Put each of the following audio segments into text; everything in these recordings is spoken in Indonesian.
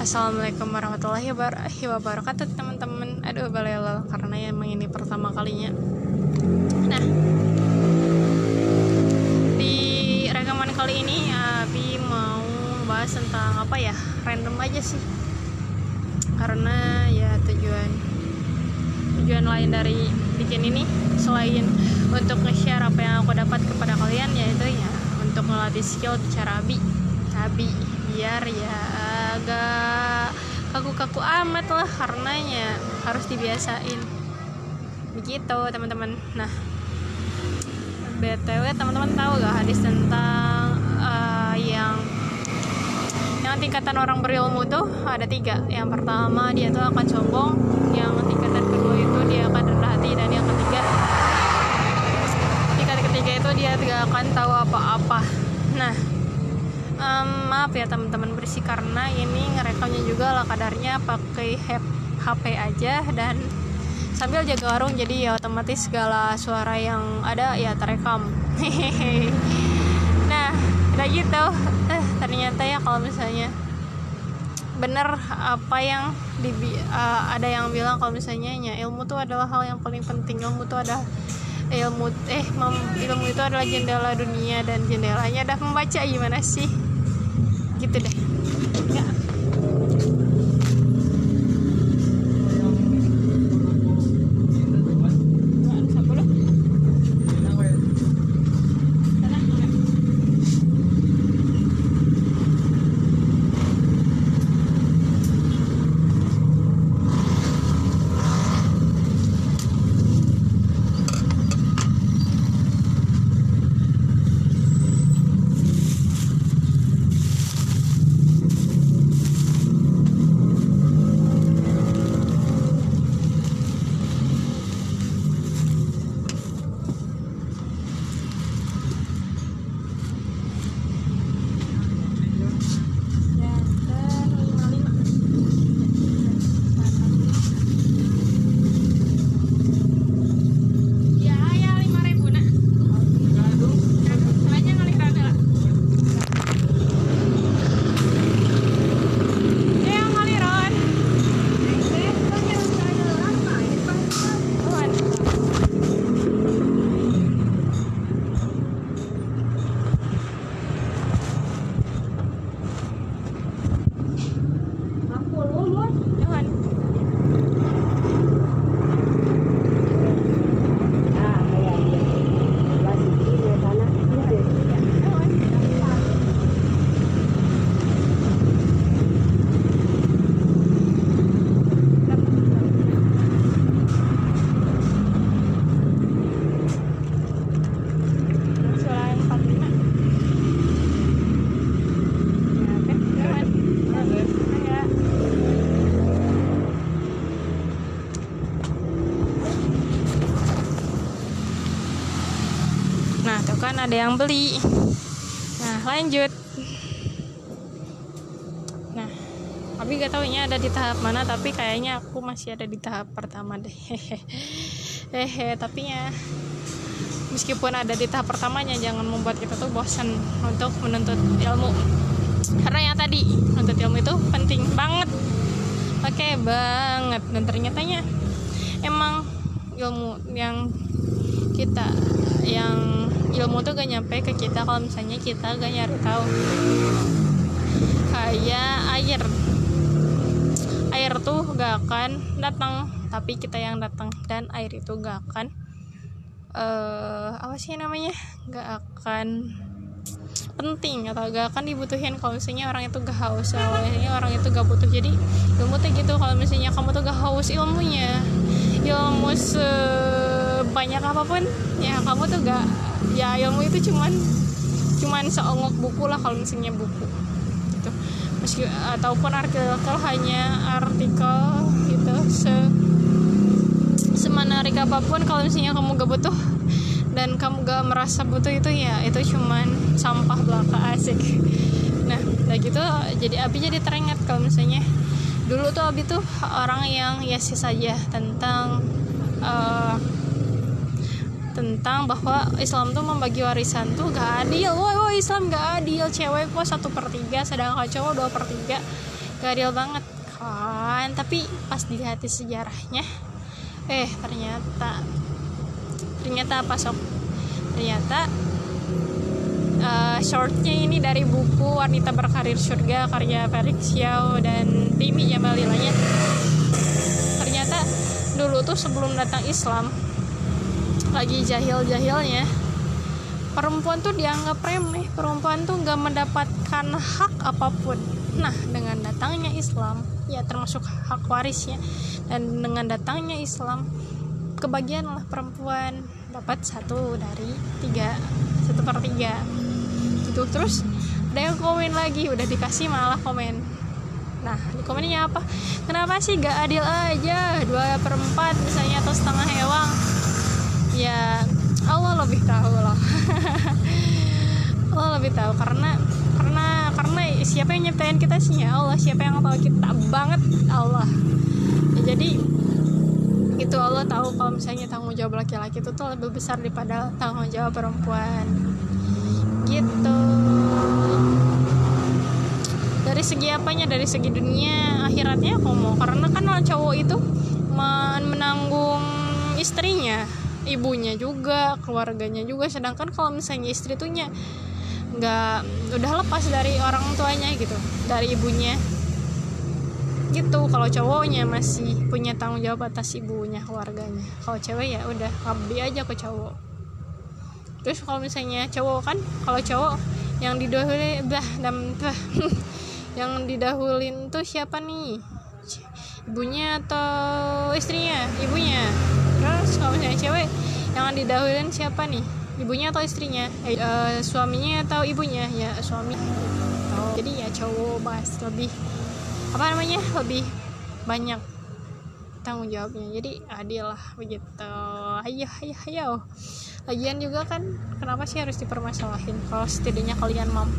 Assalamualaikum warahmatullahi wabarakatuh teman-teman. Aduh balelal karena emang ini pertama kalinya. Nah, di rekaman kali ini Abi mau bahas tentang apa ya, random aja sih. Karena ya tujuan lain dari bikin ini selain untuk nge-share apa yang aku dapat kepada kalian, yaitu ya untuk melatih skill bicara Abi biar ya agak kaku-kaku amat lah, karenanya harus dibiasain begitu teman-teman. Nah, BTW teman-teman tahu gak hadis tentang yang tingkatan orang berilmu tuh ada 3. Yang pertama dia tuh akan sombong, yang tingkatan kedua itu dia akan rendah hati, dan yang tingkat ketiga itu dia tidak akan tahu apa-apa. Nah, maaf ya teman-teman berisik karena ini ngerekamnya juga lah kadarnya pakai HP aja dan sambil jaga warung, jadi ya otomatis segala suara yang ada ya terekam. Nah, udah gitu ternyata ya kalau misalnya bener apa yang ada yang bilang kalau misalnya ya, ilmu tuh adalah hal yang paling penting. Ilmu itu adalah jendela dunia, dan jendelanya udah membaca, gimana sih gitu deh ya. Nah, tuh kan ada yang beli. Nah, lanjut. Nah, Abi gak tahu ini ada di tahap mana, tapi kayaknya aku masih ada di tahap pertama deh. Tapi ya meskipun ada di tahap pertamanya, jangan membuat kita tuh bosan untuk menuntut ilmu. Karena yang tadi, menuntut ilmu itu penting banget. Oke banget. Dan ternyatanya emang ilmu tuh gak nyampe ke kita kalau misalnya kita gak nyari tahu. Kayak air tuh gak akan datang, tapi kita yang datang. Dan air itu gak akan gak akan penting atau gak akan dibutuhin kalau misalnya orang itu gak haus, orang itu gak butuh. Jadi ilmu tuh gitu, kalau misalnya kamu tuh gak haus ilmunya, ilmu sebanyak apapun ya kamu tuh gak, ya ilmu itu cuman seongok buku lah kalau misalnya buku gitu. Ataupun artikel hanya artikel gitu, semenarik apapun, kalau misalnya kamu gak butuh dan kamu gak merasa butuh, itu ya itu cuman sampah belaka, asik. Nah, udah gitu jadi Abi jadi teringat kalau misalnya dulu tuh Abi tuh orang yang yes saja tentang bahwa Islam tuh membagi warisan tuh gak adil. Woi Islam gak adil, cewek kok 1/3 sedangkan cowok 2/3. gak adil banget kan. Tapi pas dilihat sejarahnya, ternyata apa sok? Ternyata shortnya ini dari buku Wanita Berkarir Surga karya Felix Xiao dan Timi Jamalilanya. Ternyata dulu tuh sebelum datang Islam, lagi jahil-jahilnya, perempuan tuh dianggap remeh, perempuan tuh gak mendapatkan hak apapun. Nah, dengan datangnya Islam, ya termasuk hak warisnya, dan dengan datangnya Islam, kebagianlah perempuan dapat 1/3 gitu. Terus ada yang komen lagi, udah dikasih malah komen. Nah, di komennya apa? Kenapa sih gak adil aja 2/4 misalnya, atau setengah hewang? Ya Allah lebih tahu lah. Allah lebih tahu karena siapa yang nyiptain kita sih? Ya Allah. Siapa yang tahu kita banget? Allah. Ya, jadi itu Allah tahu kalau misalnya tanggung jawab laki-laki itu tuh lebih besar daripada tanggung jawab perempuan gitu. Dari segi apanya? Dari segi dunia, akhiratnya komo, karena kan cowok itu menanggung istrinya, ibunya juga, keluarganya juga. Sedangkan kalau misalnya istri tuh nggak, udah lepas dari orang tuanya gitu, dari ibunya gitu. Kalau cowoknya masih punya tanggung jawab atas ibunya, keluarganya. Kalau cewek ya udah abdi aja ke cowok. Terus kalau misalnya cowok kan, kalau cowok yang didahului yang didahulin tuh siapa nih? Ibunya atau istrinya? Ibunya. Terus kalau misalnya cewek yang didahulin siapa nih? Ibunya atau istrinya? Suaminya atau ibunya? Ya suami. Jadi ya cowok lebih lebih banyak tanggung jawabnya. Jadi adil lah begitu. Ayo. Lagian juga kan, kenapa sih harus dipermasalahin? Kalau setidaknya kalian mampu,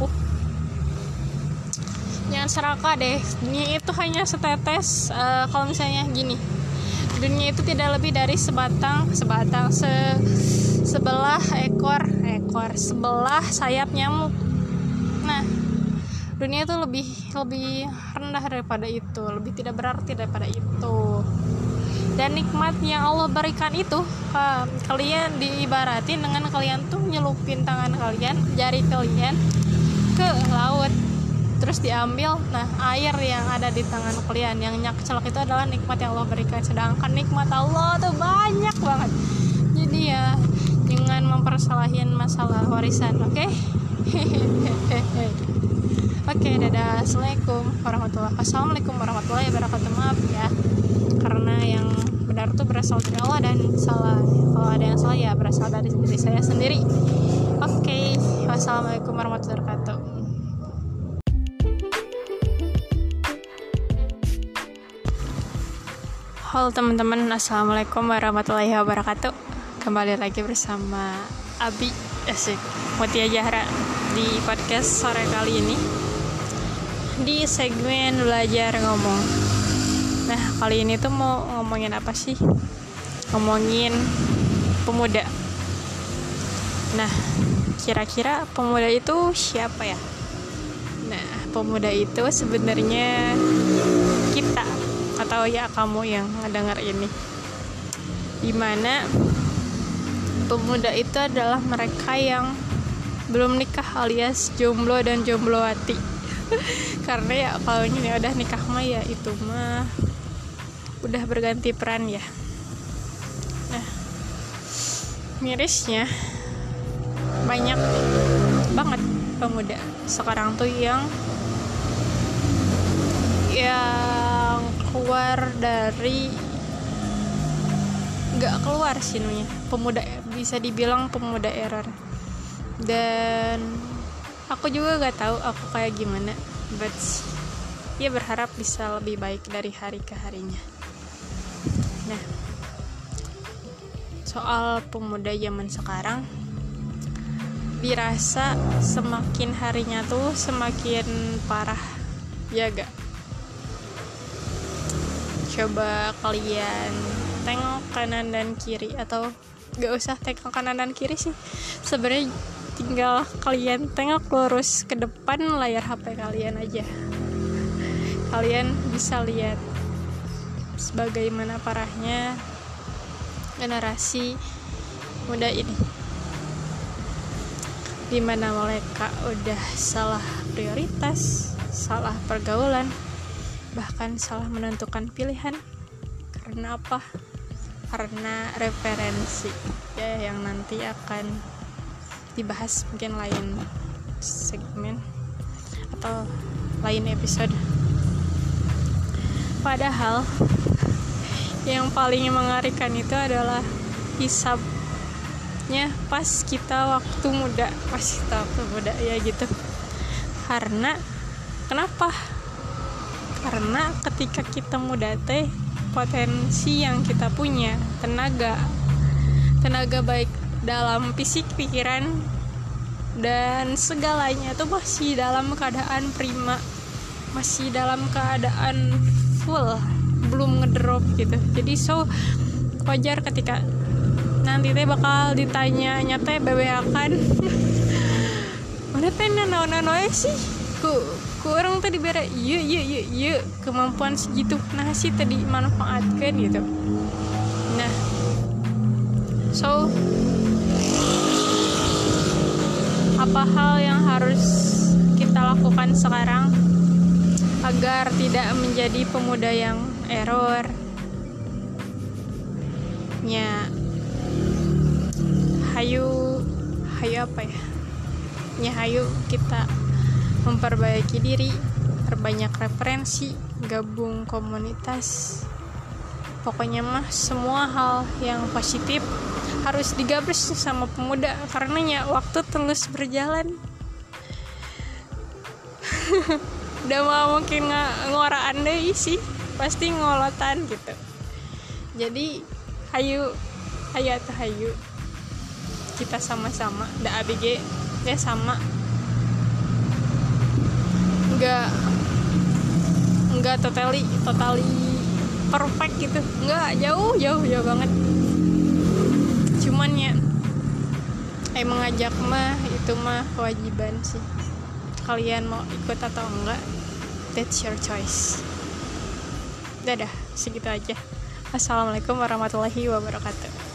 jangan serakah deh. Dunia itu hanya setetes. Kalau misalnya gini, dunia itu tidak lebih dari sebelah sayap nyamuk. Nah, dunia itu lebih rendah daripada itu, lebih tidak berarti daripada itu. Dan nikmat yang Allah berikan itu, kalian diibaratin dengan kalian tuh nyelupin tangan kalian, jari kalian ke laut, terus diambil. Nah, air yang ada di tangan kalian yang celak itu adalah nikmat yang Allah berikan. Sedangkan nikmat Allah tuh banyak banget. Jadi ya jangan mempersalahin masalah warisan, oke? Oke, dadah. Assalamualaikum warahmatullahi wabarakatuh. Maaf ya, karena yang benar tuh berasal dari Allah, dan kalau ada yang salah ya berasal dari diri saya sendiri. Oke, wassalamualaikum warahmatullahi wabarakatuh. Halo teman-teman, assalamualaikum warahmatullahi wabarakatuh. Kembali lagi bersama Abi Mutia Zahra di podcast sore kali ini, di segmen belajar ngomong. Nah, kali ini tuh mau ngomongin apa sih? Ngomongin pemuda. Nah, kira-kira pemuda itu siapa ya? Nah, pemuda itu sebenarnya kita, atau ya kamu yang ngedengar ini. Dimana pemuda itu adalah mereka yang belum nikah alias jomblo dan jomblowati. Karena ya kalau ini udah nikah mah ya itu mah udah berganti peran ya. Nah, mirisnya banyak banget pemuda sekarang tuh yang keluar dari, nggak keluar sih namanya pemuda, bisa dibilang pemuda error. Dan aku juga nggak tahu aku kayak gimana, but ya berharap bisa lebih baik dari hari ke harinya. Nah, soal pemuda zaman sekarang, dirasa semakin harinya tuh semakin parah, ya gak? Coba kalian tengok kanan dan kiri, atau gak usah tengok kanan dan kiri sih, sebenarnya tinggal kalian tengok lurus ke depan layar HP kalian aja. kalian bisa lihat sebagaimana parahnya generasi muda ini, dimana mereka udah salah prioritas, salah pergaulan, bahkan salah menentukan pilihan. Karena apa? Karena referensi ya, yang nanti akan dibahas mungkin lain segmen atau lain episode. Padahal yang paling mengerikan itu adalah hisabnya pas kita waktu muda, ya gitu. Karena kenapa? Karena ketika kita muda teh, potensi yang kita punya, tenaga baik dalam fisik, pikiran, dan segalanya itu masih dalam keadaan prima, masih dalam keadaan full, belum ngedrop gitu. Jadi wajar ketika nanti teh bakal ditanya nyata bebeakan mana teh naon-naon sih ku orang tadi bere iya kemampuan segitu nah sih tadi manfaatkan gitu. Nah, apa hal yang harus kita lakukan sekarang agar tidak menjadi pemuda yang error? Ya, hayu apa ya? Ya, hayu kita memperbaiki diri, perbanyak referensi, gabung komunitas. Pokoknya mah semua hal yang positif harus digabris sama pemuda, karenanya waktu terus berjalan. Udah mau mungkin ngoraan deh sih, pasti ngolotan gitu. Jadi hayu kita sama-sama da ABG ya sama, enggak totally perfect gitu, enggak, jauh banget. Cuman ya mengajak mah itu mah kewajiban sih. Kalian mau ikut atau enggak, that's your choice. Dadah, segitu aja. Assalamualaikum warahmatullahi wabarakatuh.